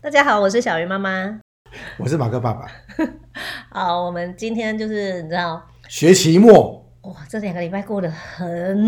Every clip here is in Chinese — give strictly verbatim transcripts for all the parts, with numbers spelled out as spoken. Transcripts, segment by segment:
大家好，我是小鱼妈妈， 我是马克爸爸。 好，我们今天就是你知道学期末， 哇，这两个礼拜过得很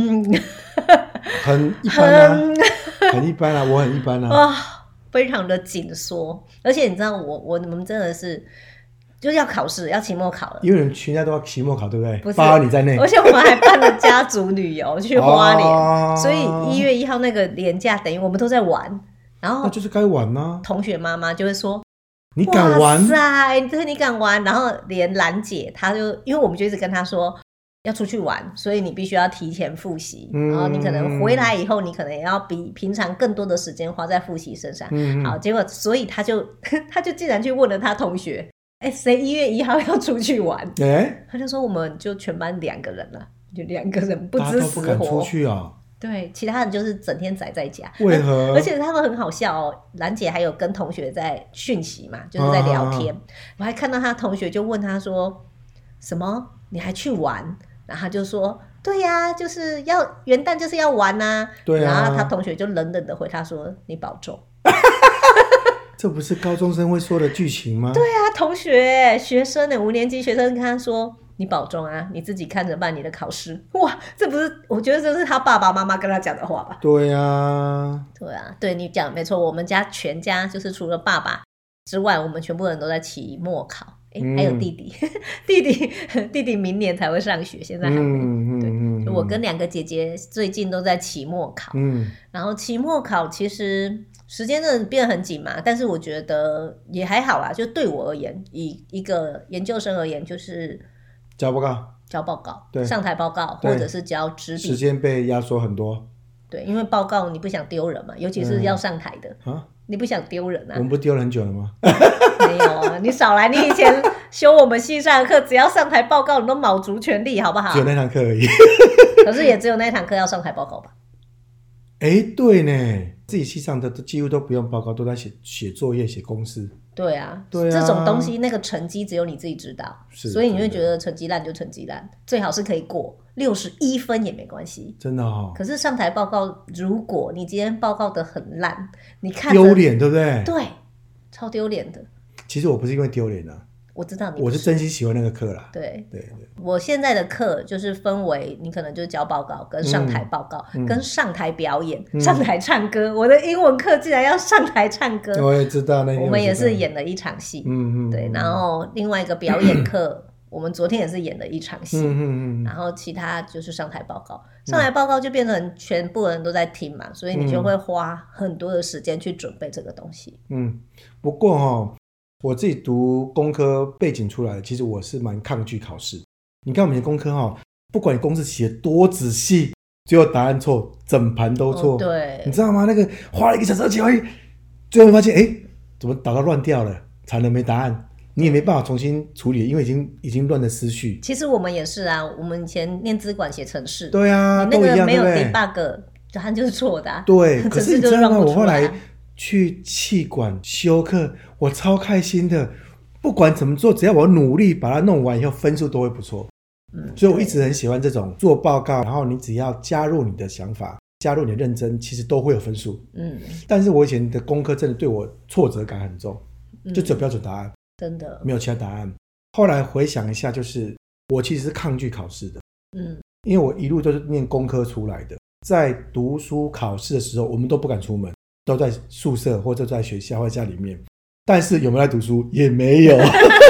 很一般啊，很一般啊，我很一般啊， 哇，非常的紧缩，而且你知道我我们真的是就是要考试，要期末考了， 因为你们全家都要期末考，对不对？ 不是， 包括你在内。 而且我们还办了家族旅游去花莲， 哦、 所以一月一号那个连假等于我们都在玩，然后那就是该玩啊。 同学妈妈就会说。 你敢玩？ 哇塞，对，你敢玩，然后连兰姐她就，因为我们就一直跟她说要出去玩，所以你必须要提前复习，嗯、然后你可能回来以后，你可能也要比平常更多的时间花在复习身上。嗯、好，结果所以她就她就竟然去问了她同学，哎，谁一月一号要出去玩？哎，她就说我们就全班两个人了，就两个人不知死活， 大家都不敢出去啊。 对，其他人就是整天宅在家。 为何？ 而且他们很好笑哦，兰姐还有跟同学在讯息嘛，就是在聊天。啊、我还看到他同学就问他说：“什么？你还去玩？”然后他就说：“对呀、啊，就是要元旦就是要玩呐、啊。”对啊。然后他同学就冷冷的回他说：“你保重。” 这不是高中生会说的剧情吗？ 对啊，同学学生呢，五年级学生跟他说。你保重啊，你自己看着办你的考试。哇，这不是，我觉得这是他爸爸妈妈跟他讲的话吧？ 对啊， 对啊，对你讲没错，我们家全家就是除了爸爸之外，我们全部人都在期末考。哎、嗯，还有弟弟，弟弟弟弟明年才会上学，现在还没。嗯、对、嗯，就我跟两个姐姐最近都在期末考。嗯，然后期末考其实时间真的变得很紧嘛，但是我觉得也还好啦。就对我而言，以一个研究生而言，就是交报告， 交报告，对，上台报告，或者是交纸笔， 时间被压缩很多。 对，因为报告你不想丢人嘛，尤其是要上台的，嗯、你不想丢人啊。 我们不丢了很久了吗？ 没有啊，你少来！你以前修我们系上的课，只要上台报告，你都卯足全力，好不好？ 只有那堂课而已。 可是也只有那堂课要上台报告吧？ 哎，对呢，自己系上的几乎都不用报告，都在写写作业、写公式。 对啊，对啊，这种东西那个成绩只有你自己知道，所以你会觉得成绩烂就成绩烂，最好是可以过六十一分也没关系， 真的哦。 可是上台报告，如果你今天报告的很烂，你看丢脸，对不对？ 对，超丢脸的。 其实我不是因为丢脸啊。 我知道你， 我是真心喜欢那个课啦。 对对对， 我现在的课就是分为你可能就是交报告、跟上台报告、嗯、跟上台表演、嗯、上台唱歌。我的英文课竟然要上台唱歌， 我也知道那我们也是演了一场戏。嗯嗯，对，然后另外一个表演课，我们昨天也是演了一场戏。嗯嗯嗯，然后其他就是上台报告，上台报告就变成全部人都在听嘛，所以你就会花很多的时间去准备这个东西。 嗯，不过哈、哦。我自己读工科背景出来的，其实我是蛮抗拒考试。你看我们的工科哈，不管你公式写多仔细，最后答案错，整盘都错、哦。对，你知道吗？那个花了一个小时写完，最后发现，哎，怎么打到乱掉了，惨了没答案，你也没办法重新处理，因为已经已经乱了思绪。 其实我们也是啊，我们以前念资管写程式， 对啊， 你那个没有 debug， 答案就是错的、啊。 对，可是你知道吗？我后来去企管修课，我超开心的。不管怎么做，只要我努力把它弄完以后，分数都会不错。嗯，所以我一直很喜欢这种做报告，然后你只要加入你的想法，加入你的认真，其实都会有分数。嗯，但是我以前的功课真的对我挫折感很重，就只有标准答案，嗯、 真的没有其他答案。后来回想一下，就是我其实是抗拒考试的。嗯，因为我一路都是念工科出来的，在读书考试的时候，我们都不敢出门。都在宿舍或者在学校或者家里面，但是有没有在读书也没有。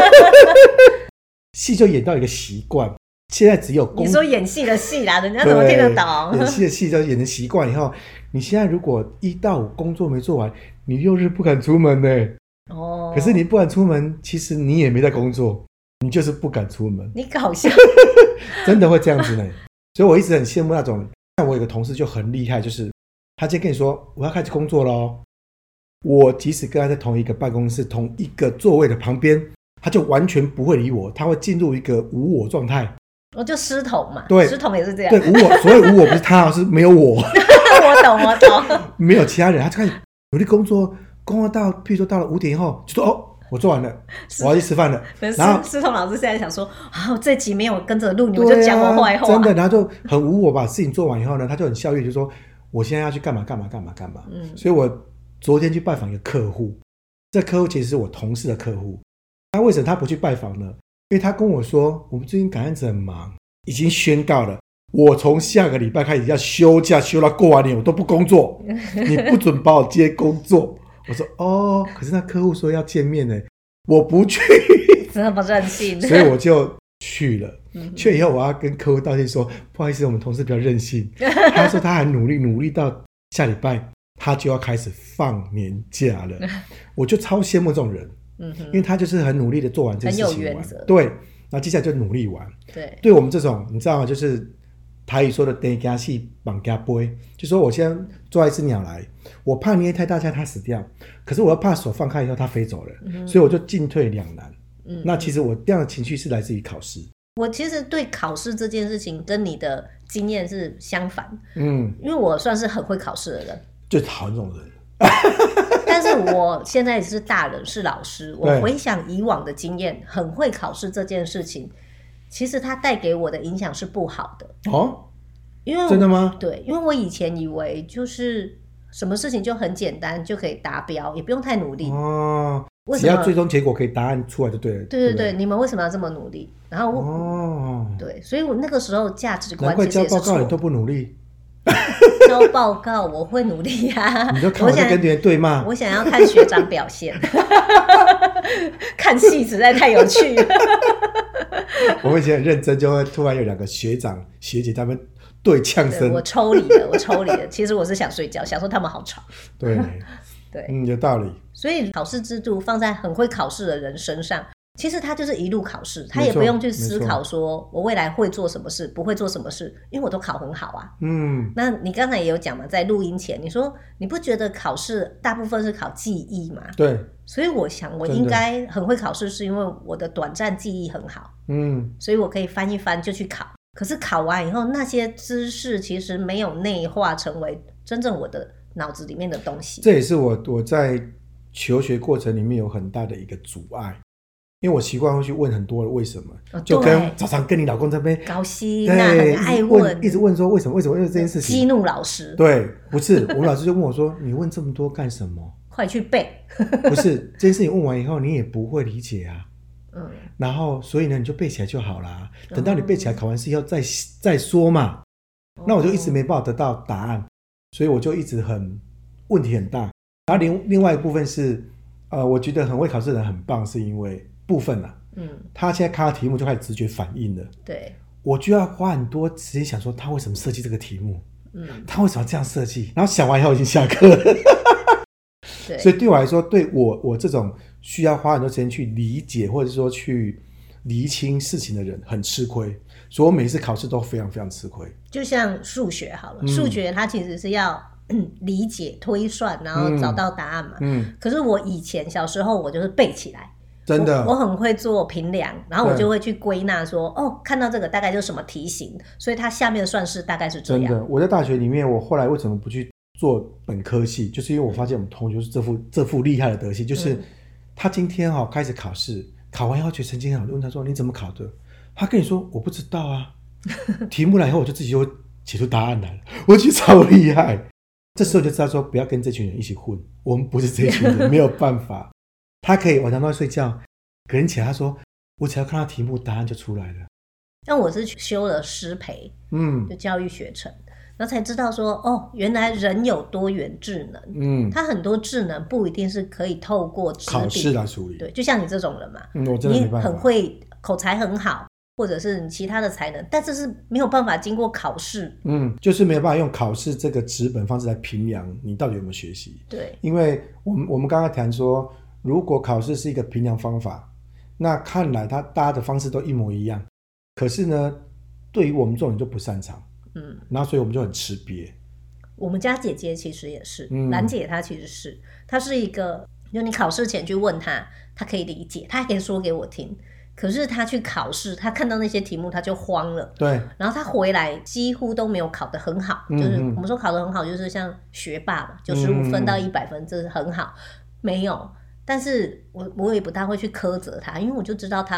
戏就演到一个习惯，现在只有工你说演戏的戏啦，人家怎么听得懂？ 演戏的戏就演成习惯以后，你现在如果一到五工作没做完，你六日不敢出门呢。哦，可是你不敢出门，其实你也没在工作，你就是不敢出门。 你搞笑， 真的会这样子呢。所以我一直很羡慕那种，像我有个同事就很厉害，就是他今天跟你说我要开始工作咯，我即使跟他在同一个办公室同一个座位的旁边，他就完全不会理我，他会进入一个无我状态。 我就师彤嘛， 对， 师彤也是这样。 对，无我，所谓无我不是他，是没有我。 我懂，我懂。没有其他人，他就开始努力工作，工作到，譬如说到了五点以后，就说哦，我做完了，我要去吃饭了。 然后师彤老师现在想说，啊，我这集没有跟着录，你们就讲我坏话。 真的，然后就很无我，把事情做完以后呢，他就很效率，就说我现在要去干嘛干嘛干嘛干嘛。嗯，所以我昨天去拜访一个客户， 这客户其实是我同事的客户。那为什么他不去拜访呢？因为他跟我说，我们最近感染者很忙，已经宣告了，我从下个礼拜开始要休假，休到过完年我都不工作，你不准把我接工作。我说哦，可是那客户说要见面呢，我不去， 真的不任性， 所以我就去了。去了以后我要跟客户道歉说，不好意思，我们同事比较任性。他说他还努力努力到下礼拜他就要开始放年假了。我就超羡慕这种人，嗯、因为他就是很努力的做完这件事情完，很有原则，对，然后接下来就努力完。 对， 对我们这种你知道吗，就是台语说的等加戏绑加杯，就说我现在抓一只鸟来，我怕捏太大下它死掉，可是我又怕手放开以后它飞走了，嗯、所以我就进退两难。嗯、那其实我这样的情绪是来自于考试。 我其实对考试这件事情跟你的经验是相反，嗯，因为我算是很会考试的人， 最讨厌这种人。 但是我现在是大人，是老师，我回想以往的经验，很会考试这件事情，其实它带给我的影响是不好的哦。 因为真的吗？ 对，因为我以前以为就是什么事情就很简单就可以达标，也不用太努力哦。只要最终结果可以答案出来就对了。 对对 对, 对，你们为什么要这么努力？然后我哦，对，所以我那个时候价值观其实也是错。难怪交报告你都不努力。 交报告我会努力啊， 你就看我在跟别人对骂。 我想要看学长表现，看戏实在太有趣了。 我以前很认真，就会突然有两个学长学姐他们对呛声， 我抽离了，我抽离了。其实我是想睡觉，想说他们好吵。 对。 对， 嗯，有道理。 所以考试制度放在很会考试的人身上，其实他就是一路考试，他也不用去思考说我未来会做什么事，不会做什么事，因为我都考很好啊。嗯，那你刚才也有讲嘛，在录音前你说你不觉得考试大部分是考记忆吗？ 对， 所以我想我应该很会考试，是因为我的短暂记忆很好。嗯，所以我可以翻一翻就去考。可是考完以后，那些知识其实没有内化成为真正我的脑子里面的东西。 这也是我我在求学过程里面有很大的一个阻碍，因为我习惯会去问很多的为什么，哦、就跟早上跟你老公这边高兴啊，很爱问， 一直问说为什么为什么为什么这件事情， 激怒老师。 对，不是我们老师就问我说你问这么多干什么？ 快去背。 不是这件事情问完以后你也不会理解啊。嗯，然后所以呢你就背起来就好啦，等到你背起来考完试以后再再说嘛。那我就一直没办法得到答案，所以我就一直很问题很大。然后另另外一部分是，呃，我觉得很会考试的人很棒，是因为部分啊，嗯，他现在看到题目就开始直觉反应了， 对， 我就要花很多时间想说他为什么设计这个题目，嗯，他为什么这样设计，然后想完以后已经下课了。对，所以对我来说，对我我这种需要花很多时间去理解或者说去厘清事情的人很吃亏，所以我每次考试都非常非常吃亏。 就像数学好了，嗯、数学它其实是要理解推算然后找到答案嘛，嗯嗯、可是我以前小时候我就是背起来， 真的我, 我很会做评量，然后我就会去归纳说哦，看到这个大概就是什么题型，所以它下面的算式大概是这样。 真的，我在大学里面我后来为什么不去做本科系，就是因为我发现我们同学是这副这副厉害的德行，就是他今天、哦、开始考试，考完以后觉得成绩很好，就问他说你怎么考的，他跟你说我不知道啊，题目来以后我就自己就写出答案来了，我觉得超厉害。这时候就知道说不要跟这群人一起混，我们不是这群人，没有办法。他可以晚上都在睡觉，隔天起来他说我只要看到题目答案就出来了。 但我是修了师培，嗯，就教育学程，然后才知道说哦，原来人有多元智能，嗯，他很多智能不一定是可以透过纸笔考试来处理， 对，就像你这种人嘛， 嗯，我真的没办法， 你很会口才很好，或者是你其他的才能，但这是没有办法经过考试， 嗯，就是没有办法用考试这个纸本方式来评量你到底有没有学习。 对， 因为我们我们刚刚谈说，如果考试是一个评量方法，那看来他大家的方式都一模一样，可是呢，对于我们这种人就不擅长，嗯，然后所以我们就很吃瘪。 我们家姐姐其实也是，兰、嗯、姐她其实是，她是一个，就你考试前去问她，她可以理解，她还可以说给我听。可是他去考试，他看到那些题目他就慌了， 对， 然后他回来几乎都没有考得很好，嗯、就是我们说考得很好就是像学霸嘛，九十五分到一百分，这是很好，没有。但是我我也不大会去苛责他，因为我就知道他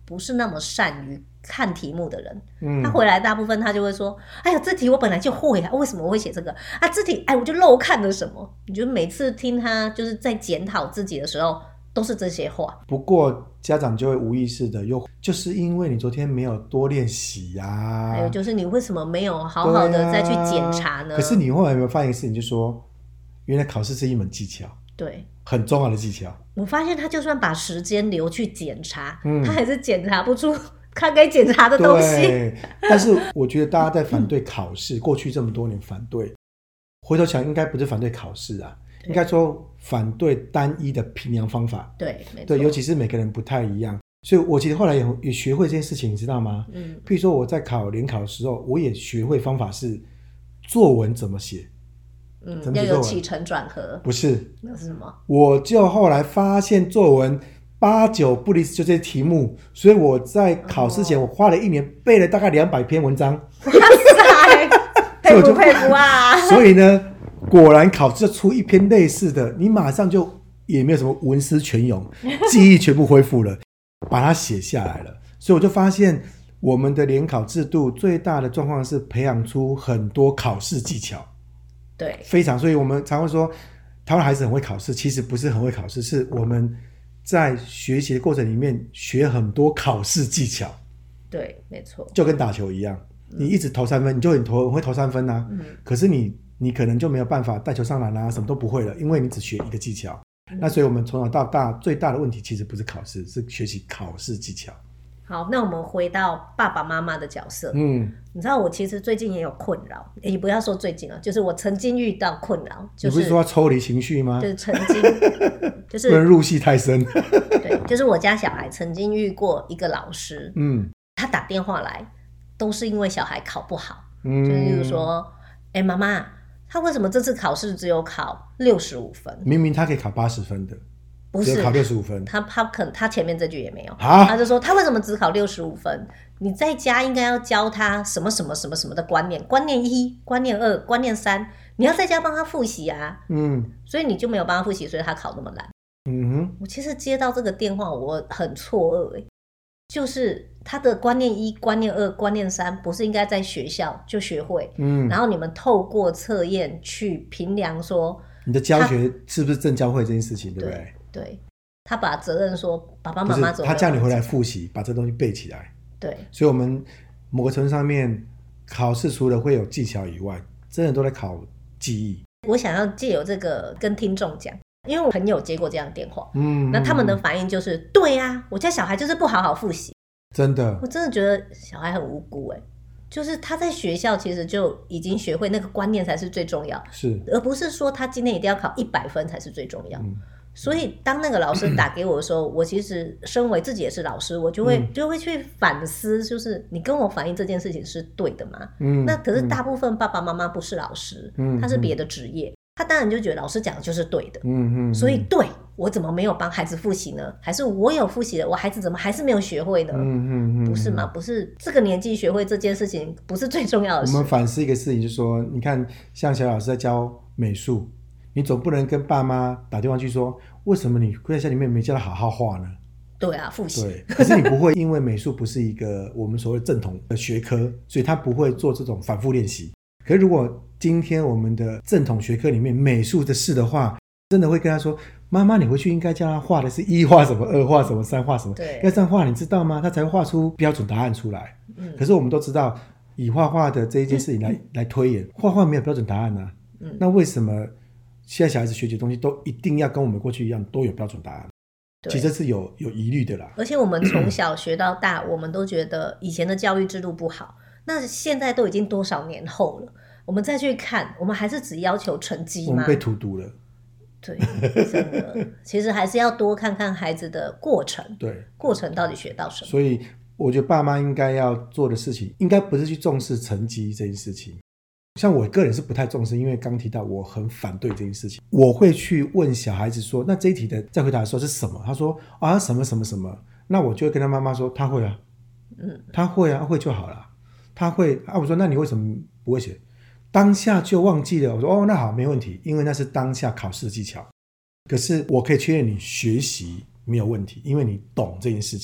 不是那么善于看题目的人， 嗯， 他回来大部分他就会说，哎呀，这题我本来就会啊，为什么我会写这个啊？这题哎，我就漏看了什么？你就每次听他就是在检讨自己的时候，都是这些话。 不过家长就会无意识的又就是因为你昨天没有多练习呀， 还有就是你为什么没有好好的再去检查呢？ 啊、可是你后来有没有发现一个事情，就说原来考试是一门技巧， 对， 很重要的技巧。 我发现他就算把时间留去检查， 嗯， 他还是检查不出他该检查的东西。 对，但是我觉得大家在反对考试，过去这么多年反对，回头想应该不是反对考试啊，应该说反对单一的评量方法。 对，没错。 对，尤其是每个人不太一样，所以我其实后来也也学会这件事情，你知道吗？ 嗯， 譬如说我在考联考的时候，我也学会方法是作文怎么写。 嗯，要有起承转合。 不是， 那是什么？我就后来发现作文八九不离十就这些题目，所以我在考试前我花了一年背了大概两百篇文章。 哇塞，佩服佩服啊！ 所以呢，果然考试就出一篇类似的，你马上就也没有什么文思泉涌，记忆全部恢复了，把它写下来了。所以我就发现我们的联考制度最大的状况是培养出很多考试技巧。 对， 非常，所以我们常会说台湾孩子很会考试，其实不是很会考试，是我们在学习的过程里面学很多考试技巧。 对，没错， 就跟打球一样，你一直投三分，你就很投很会投三分啊。嗯，可是你你可能就没有办法带球上篮啊，什么都不会了，因为你只学一个技巧。嗯，那所以我们从小到大最大的问题其实不是考试，是学习考试技巧。 好，那我们回到爸爸妈妈的角色。 嗯， 你知道我其实最近也有困扰，也不要说最近了，就是我曾经遇到困扰。就是、 你不是说要抽离情绪吗？ 就是曾经，就是不能入戏太深。 对，就是我家小孩曾经遇过一个老师， 嗯， 他打电话来，都是因为小孩考不好， 嗯， 就是例如说，哎，妈妈，他为什么这次考试只有考六十五分？ 明明他可以考八十分的。 不是只有考六十五分， 他他可能他前面这句也没有， 啊， 他就说他为什么只考六十五分？你在家应该要教他什么什么什么什么的观念，观念一、观念二、观念三，你要在家帮他复习啊。 嗯， 所以你就没有帮他复习，所以他考那么烂。 嗯哼， 我其实接到这个电话，我很错愕，就是他的观念一、观念二、观念三，不是应该在学校就学会？嗯，然后你们透过测验去评量说你的教学是不是正教会这件事情，对不对？ 对，他把责任说爸爸妈妈走， 他叫你回来复习，把这东西背起来。 对， 所以我们某个程度上面，考试除了会有技巧以外，真的都在考记忆。 我想要借由这个跟听众讲，因为我朋友接过这样的电话， 嗯， 那他们的反应就是，对啊，我家小孩就是不好好复习。 真的， 我真的觉得小孩很无辜哎，就是他在学校其实就已经学会那个观念才是最重要， 是， 而不是说他今天一定要考一百分才是最重要。嗯，所以当那个老师打给我的时候，我其实身为自己也是老师，我就会、嗯、就会去反思，就是你跟我反映这件事情是对的吗？嗯，那可是大部分爸爸妈妈不是老师，嗯，他是别的职业，他当然就觉得老师讲的就是对的，嗯嗯，所以对我怎么没有帮孩子复习呢？还是我有复习了，我孩子怎么还是没有学会呢？嗯嗯嗯，不是吗？不是这个年纪学会这件事情不是最重要的事。 我们反思一个事情，就是说，你看像小老师在教美术。你总不能跟爸妈打电话去说，为什么你在家里面没教他好好画呢？ 对啊，复习。 对，可是你不会，因为美术不是一个我们所谓正统的学科，所以他不会做这种反复练习。可是如果今天我们的正统学科里面美术的事的话，真的会跟他说，妈妈，你回去应该叫他画的是一画什么，二画什么，三画什么， 对， 要这样画，你知道吗？他才会画出标准答案出来。嗯，可是我们都知道，以画画的这一件事情来、嗯、来推演，画画没有标准答案啊。嗯，那为什么？现在小孩子学习的东西都一定要跟我们过去一样都有标准答案，其实是有有疑虑的啦。 而且我们从小学到大，我们都觉得以前的教育制度不好，那现在都已经多少年后了，我们再去看，我们还是只要求成绩吗？ 我们被荼毒了。 对，真的，其实还是要多看看孩子的过程， 对， 过程到底学到什么。 所以我觉得爸妈应该要做的事情，应该不是去重视成绩这件事情。像我个人是不太重视，因为刚提到我很反对这件事情。我会去问小孩子说，那这一题的在回答的时候是什么？他说啊什么什么什么，那我就会跟他妈妈说他会啊，嗯，他会啊，会就好了，他会啊。我说那你为什么不会写？当下就忘记了。我说哦，那好，没问题，因为那是当下考试的技巧。可是我可以确认你学习没有问题，因为你懂这件事情。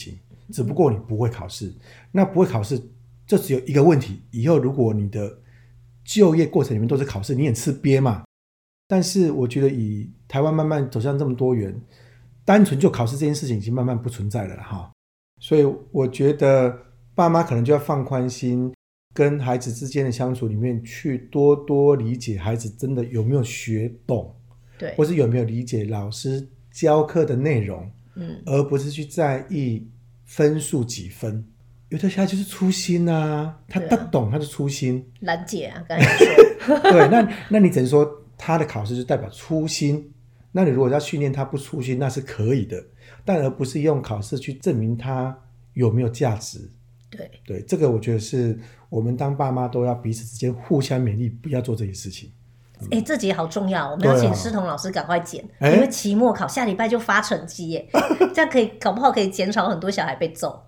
只不过你不会考试。那不会考试就只有一个问题，以后如果你的就业过程里面都是考试，你很吃瘪嘛。但是我觉得以台湾慢慢走向这么多元，单纯就考试这件事情已经慢慢不存在了哈。所以我觉得爸妈可能就要放宽心，跟孩子之间的相处里面去多多理解孩子真的有没有学懂， 对， 或是有没有理解老师教课的内容， 嗯，而不是去在意分数几分。有的小孩就是粗心啊，他他懂他就粗心， 兰姐啊，刚才说对，那那你只能说他的考试就代表粗心，那你如果要训练他不粗心，那是可以的，但而不是用考试去证明他有没有价值。 对对，这个我觉得是我们当爸妈都要彼此之间互相勉励，不要做这些事情。 哎、欸，这集好重要，我们要请师彤老师赶快剪， 啊、 因为期末考下礼拜就发成绩耶，这样可以搞不好可以减少很多小孩被揍，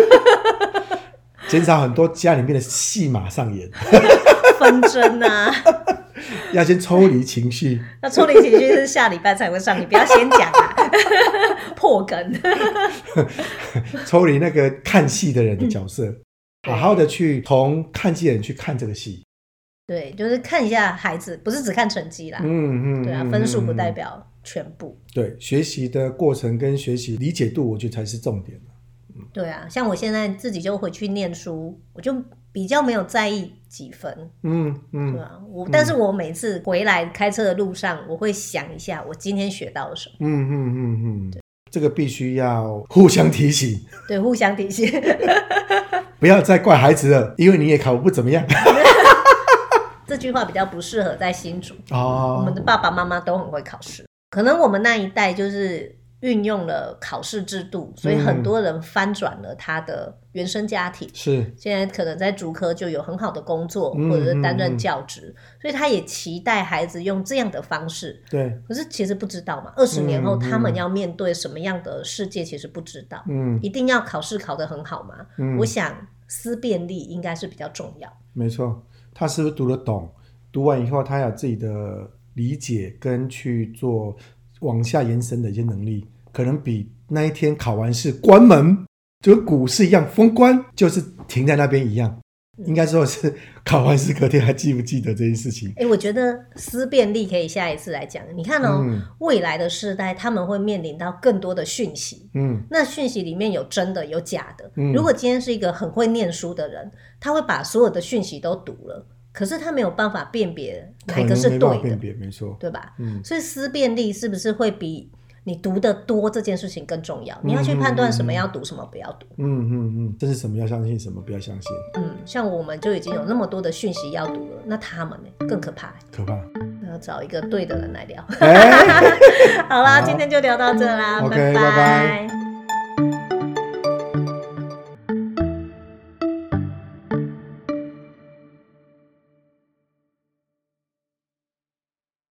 减少很多家里面的戏码上演， 纷争啊， 要先抽离情绪。 那抽离情绪是下礼拜才会上，你不要先讲啊，破梗。 抽离那个看戏的人的角色，嗯、好好的去同看戏的人去看这个戏。 对，就是看一下孩子，不是只看成绩啦。 嗯嗯， 对啊，分数不代表全部。 对，学习的过程跟学习理解度，我觉得才是重点。 嗯、对啊，像我现在自己就回去念书，我就比较没有在意几分。 嗯嗯， 对啊，我但是我每次回来开车的路上，我会想一下我今天学到了什么。 嗯嗯嗯嗯，对，这个必须要互相提醒。 对，互相提醒。 不要再怪孩子了，因为你也考不怎么样。 这句话比较不适合在新竹、 哦、 我们的爸爸妈妈都很会考试，可能我们那一代就是运用了考试制度，所以很多人翻转了他的原生家庭， 是现在可能在竹科就有很好的工作、嗯、或者是担任教职、嗯嗯、所以他也期待孩子用这样的方式。 对， 可是其实不知道嘛，二十年后他们要面对什么样的世界其实不知道。嗯，一定要考试考得很好吗？嗯，我想思辨力应该是比较重要。 没错，他是不是读得懂，读完以后他有自己的理解跟去做往下延伸的一些能力，可能比那一天考完试关门就跟股市一样封关就是停在那边一样、嗯、应该说是考完试隔天还记不记得这件事情。 欸、我觉得思辨力可以下一次来讲。你看哦、嗯、未来的世代他们会面临到更多的讯息，嗯，那讯息里面有真的有假的、嗯、如果今天是一个很会念书的人，他会把所有的讯息都读了，可是他没有办法辨别哪一个是对的， 可能没办法辨别，没错， 对吧？嗯，所以思辨力是不是会比你读得多这件事情更重要？你要去判断什么要读，什么不要读。 嗯嗯嗯，这是什么要相信，什么不要相信。 嗯，像我们就已经有那么多的讯息要读了，那他们呢更可怕。 可怕。 要找一个对的人来聊。欸、好啦，今天就聊到这啦， OK， 拜拜。 拜拜。